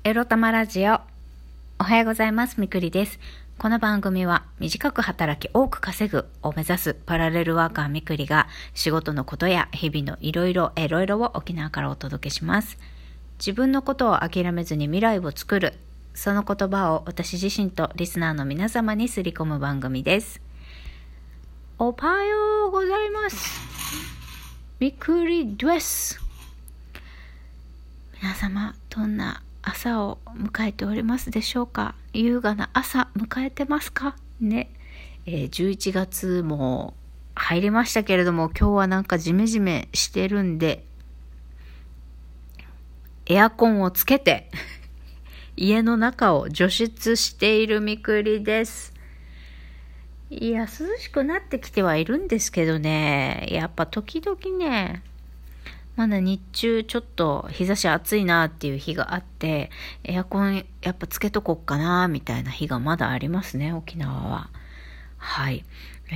エロ玉ラジオ。おはようございます。みくりです。この番組は短く働き多く稼ぐを目指すパラレルワーカーみくりが仕事のことや日々のいろいろを沖縄からお届けします。自分のことを諦めずに未来を作る、その言葉を私自身とリスナーの皆様にすり込む番組です。おはようございます。みくりです。皆様どんな朝を迎えておりますでしょうか。優雅な朝迎えてますかね。11月も入りましたけれども、今日はなんかジメジメしてるんでエアコンをつけて家の中を除湿しているみくりです。いや、涼しくなってきてはいるんですけどね、やっぱ時々ね、まだ日中ちょっと日差し暑いなっていう日があって、エアコンやっぱつけとこっかなみたいな日がまだありますね、沖縄は。はい。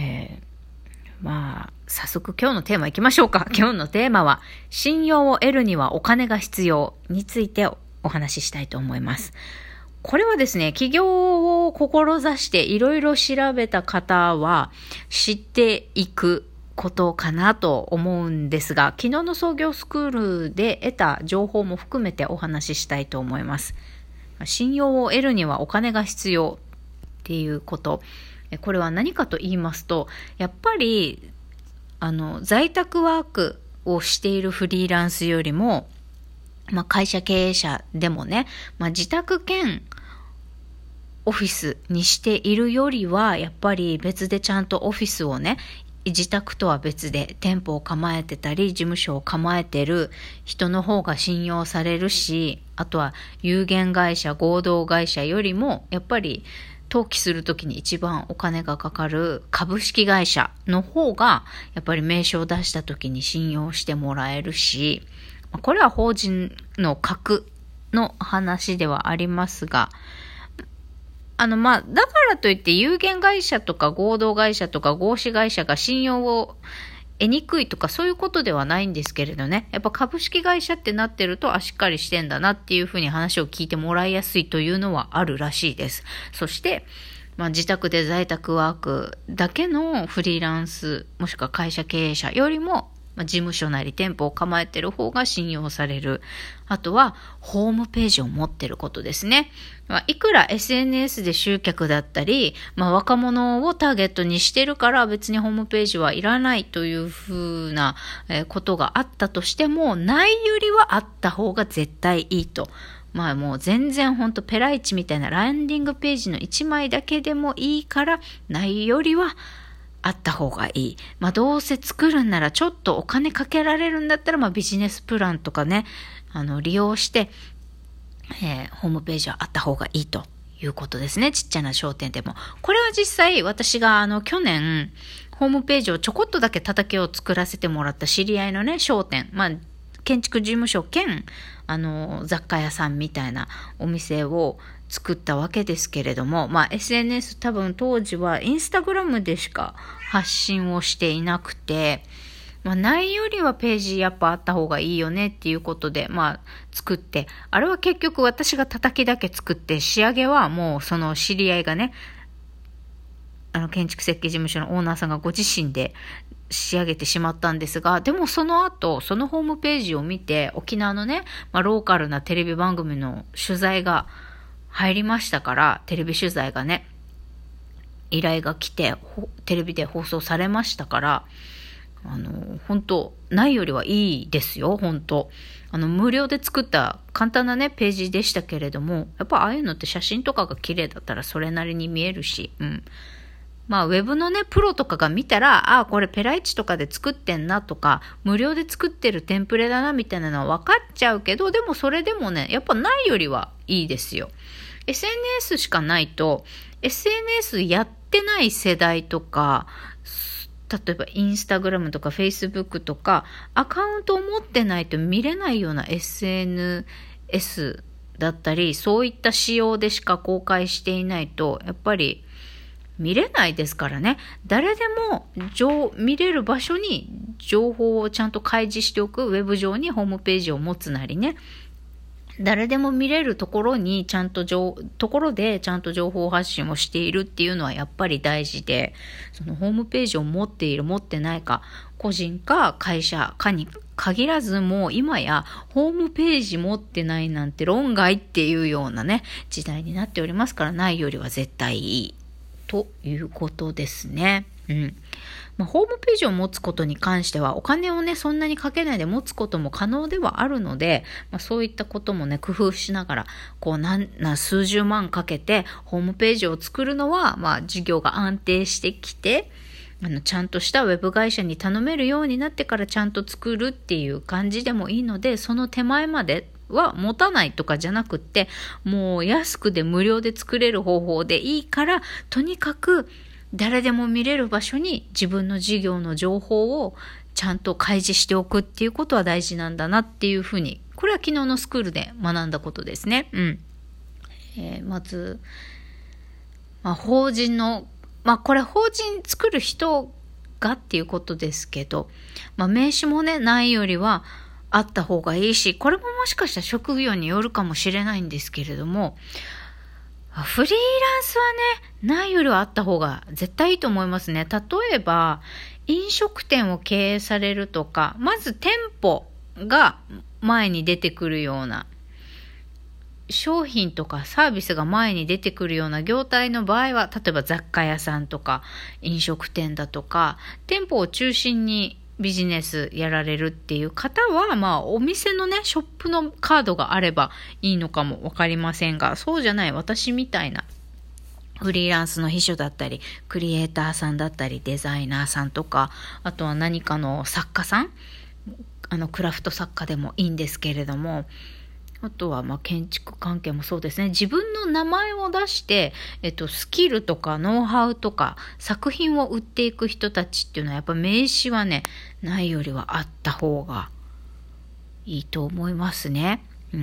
早速今日のテーマいきましょうか。今日のテーマは、信用を得るにはお金が必要についてお話ししたいと思います。これはですね、起業を志していろいろ調べた方は知っていくことかなと思うんですが、昨日の創業スクールで得た情報も含めてお話ししたいと思います。信用を得るにはお金が必要っていうこと。これは何かと言いますと、やっぱり在宅ワークをしているフリーランスよりも、会社経営者でもね、自宅兼オフィスにしているよりは、やっぱり別でちゃんとオフィスをね、自宅とは別で店舗を構えてたり事務所を構えてる人の方が信用されるし、あとは有限会社合同会社よりもやっぱり登記するときに一番お金がかかる株式会社の方がやっぱり名称を出したときに信用してもらえるし、これは法人の格の話ではありますが、だからといって有限会社とか合同会社とか合資会社が信用を得にくいとかそういうことではないんですけれどね。やっぱ株式会社ってなってるとしっかりしてんだなっていうふうに話を聞いてもらいやすいというのはあるらしいです。そして、自宅で在宅ワークだけのフリーランスもしくは会社経営者よりも事務所なり店舗を構えてる方が信用される。あとはホームページを持ってることですね。いくら SNS で集客だったり、若者をターゲットにしてるから別にホームページはいらないというふうなことがあったとしても、ないよりはあった方が絶対いいと。もう全然ほんとペライチみたいなランディングページの1枚だけでもいいから、ないよりはあった方がいい。どうせ作るんならちょっとお金かけられるんだったら、ビジネスプランとかね、利用して、ホームページはあった方がいいということですね。ちっちゃな商店でも。これは実際私が去年、ホームページをちょこっとだけ叩きを作らせてもらった知り合いのね、商店。建築事務所兼、雑貨屋さんみたいなお店を作ったわけですけれども、SNS 多分当時はインスタグラムでしか発信をしていなくて、ないよりはページやっぱあった方がいいよねっていうことで、作って、あれは結局私が叩きだけ作って、仕上げはもうその知り合いがね、建築設計事務所のオーナーさんがご自身で仕上げてしまったんですが、でもその後、そのホームページを見て、沖縄のね、ローカルなテレビ番組の取材が入りましたから、テレビ取材がね、依頼が来て、テレビで放送されましたから、本当ないよりはいいですよ、本当無料で作った簡単なね、ページでしたけれども、やっぱああいうのって写真とかが綺麗だったらそれなりに見えるし、ウェブのね、プロとかが見たら、これペライチとかで作ってんなとか、無料で作ってるテンプレだなみたいなのは分かっちゃうけど、でもそれでもね、やっぱないよりはいいですよ。SNS しかないと、SNS やってない世代とか、例えばインスタグラムとかフェイスブックとか、アカウントを持ってないと見れないような SNS だったり、そういった仕様でしか公開していないと、やっぱり見れないですからね。誰でも見れる場所に情報をちゃんと開示しておく、ウェブ上にホームページを持つなりね。 誰でも見れるところにところでちゃんと情報発信をしているっていうのはやっぱり大事で、そのホームページを持っている持ってないか、個人か会社かに限らず、もう今やホームページ持ってないなんて論外っていうようなね時代になっておりますから、ないよりは絶対いいということですね。ホームページを持つことに関してはお金をねそんなにかけないで持つことも可能ではあるので、そういったこともね工夫しながら数十万かけてホームページを作るのは事業が安定してきて、ちゃんとしたウェブ会社に頼めるようになってからちゃんと作るっていう感じでもいいので、その手前までは持たないとかじゃなくって、もう安くで無料で作れる方法でいいから、とにかく誰でも見れる場所に自分の事業の情報をちゃんと開示しておくっていうことは大事なんだなっていうふうに、これは昨日のスクールで学んだことですね。まず、法人の、これ法人作る人がっていうことですけど、名刺もねないよりはあった方がいいし、これももしかしたら職業によるかもしれないんですけれども、フリーランスはねないよりはあった方が絶対いいと思いますね。例えば飲食店を経営されるとか、まず店舗が前に出てくるような商品とかサービスが前に出てくるような業態の場合は、例えば雑貨屋さんとか飲食店だとか店舗を中心にビジネスやられるっていう方は、お店のねショップのカードがあればいいのかもわかりませんが、そうじゃない私みたいなフリーランスの秘書だったりクリエイターさんだったりデザイナーさんとか、あとは何かの作家さん、クラフト作家でもいいんですけれども、あとは建築関係もそうですね。自分の名前を出して、スキルとかノウハウとか作品を売っていく人たちっていうのはやっぱ名刺はねないよりはあった方がいいと思いますね。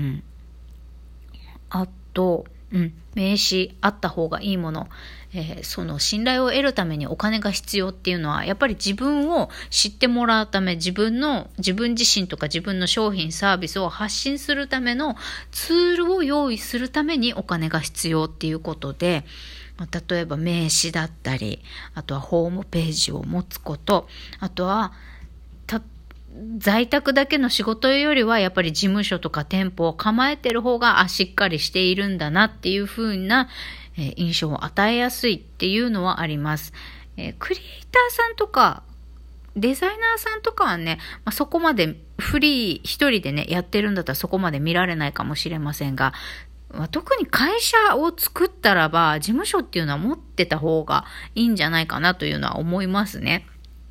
あと、名刺あった方がいいもの、その信頼を得るためにお金が必要っていうのはやっぱり自分を知ってもらうため、自分自身とか自分の商品サービスを発信するためのツールを用意するためにお金が必要っていうことで、例えば名刺だったり、あとはホームページを持つこと、あとは在宅だけの仕事よりはやっぱり事務所とか店舗を構えてる方がしっかりしているんだなっていう風な印象を与えやすいっていうのはあります。クリエイターさんとかデザイナーさんとかはね、そこまでフリー一人でねやってるんだったらそこまで見られないかもしれませんが、特に会社を作ったらば事務所っていうのは持ってた方がいいんじゃないかなというのは思いますね。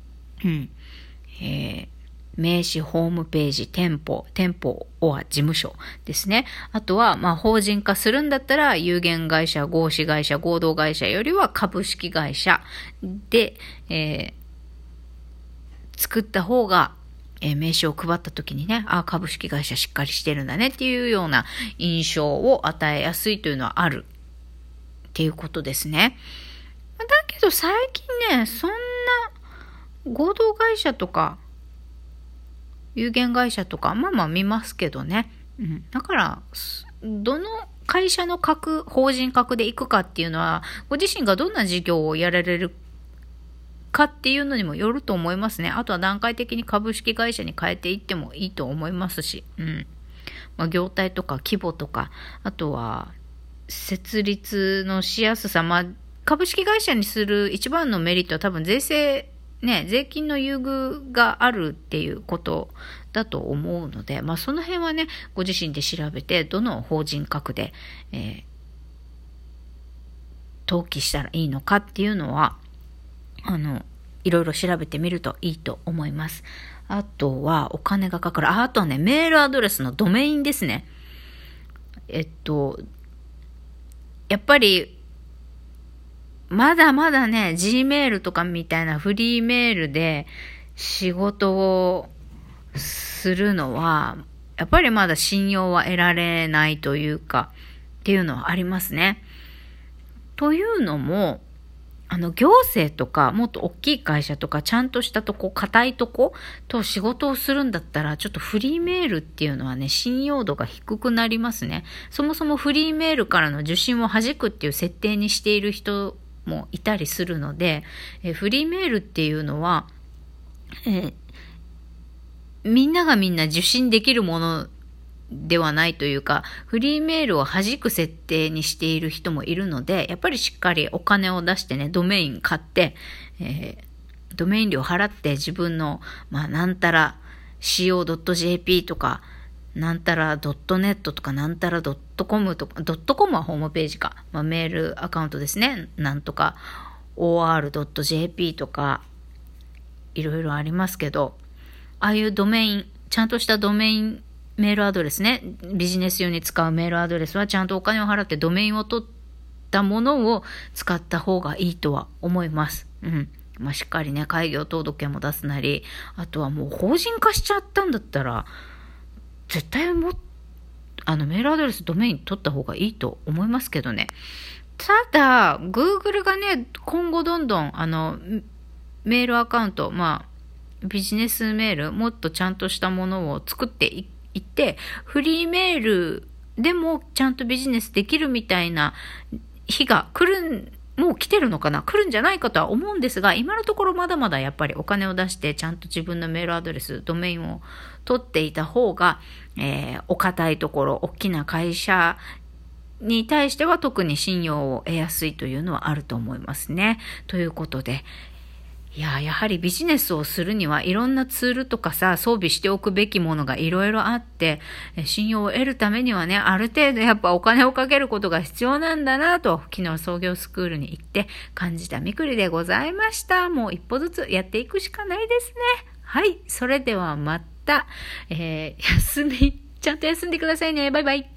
名刺、ホームページ、店舗は事務所ですね。あとは、法人化するんだったら、有限会社、合資会社、合同会社よりは株式会社で、作った方が、名刺を配った時にね、株式会社しっかりしてるんだねっていうような印象を与えやすいというのはあるっていうことですね。だけど最近ね、そんな合同会社とか、有限会社とか見ますけどね、だからどの会社の法人格で行くかっていうのはご自身がどんな事業をやられるかっていうのにもよると思いますね。あとは段階的に株式会社に変えていってもいいと思いますし、業態とか規模とか、あとは設立のしやすさ、株式会社にする一番のメリットは多分税金の優遇があるっていうことだと思うので、その辺はね、ご自身で調べて、どの法人格で、登記したらいいのかっていうのは、いろいろ調べてみるといいと思います。あとは、お金がかかる。あとはね、メールアドレスのドメインですね。やっぱり、まだまだね、Gmail とかみたいなフリーメールで仕事をするのは、やっぱりまだ信用は得られないというか、っていうのはありますね。というのも、 行政とか、もっと大きい会社とか、ちゃんとしたとこ、硬いとこと仕事をするんだったら、ちょっとフリーメールっていうのはね、信用度が低くなりますね。そもそもフリーメールからの受信を弾くっていう設定にしている人もいたりするので、フリーメールっていうのは、みんながみんな受信できるものではないというか、フリーメールを弾く設定にしている人もいるので、やっぱりしっかりお金を出してね、ドメイン買って、ドメイン料払って自分の、なんたら co.jp とか、なんたら .net とか、なんたら .com とか、.com はホームページか、メールアカウントですね。なんとか or.jp とか、いろいろありますけど、ああいうドメイン、ちゃんとしたドメインメールアドレスね、ビジネス用に使うメールアドレスはちゃんとお金を払ってドメインを取ったものを使った方がいいとは思います。しっかりね、開業届も出すなり、あとはもう法人化しちゃったんだったら、絶対メールアドレスドメイン取った方がいいと思いますけどね。ただ、Google がね、今後どんどんメールアカウント、ビジネスメール、もっとちゃんとしたものを作っていって、フリーメールでもちゃんとビジネスできるみたいな日がもう来てるのかな、来るんじゃないかとは思うんですが、今のところまだまだやっぱりお金を出してちゃんと自分のメールアドレス、ドメインを取っていた方が、お堅いところ、大きな会社に対しては特に信用を得やすいというのはあると思いますね。ということで、やはりビジネスをするにはいろんなツールとか装備しておくべきものがいろいろあって、信用を得るためにはね、ある程度やっぱお金をかけることが必要なんだなと、昨日創業スクールに行って感じたみくりでございました。もう一歩ずつやっていくしかないですね。はい、それではまた、ちゃんと休んでくださいね。バイバイ。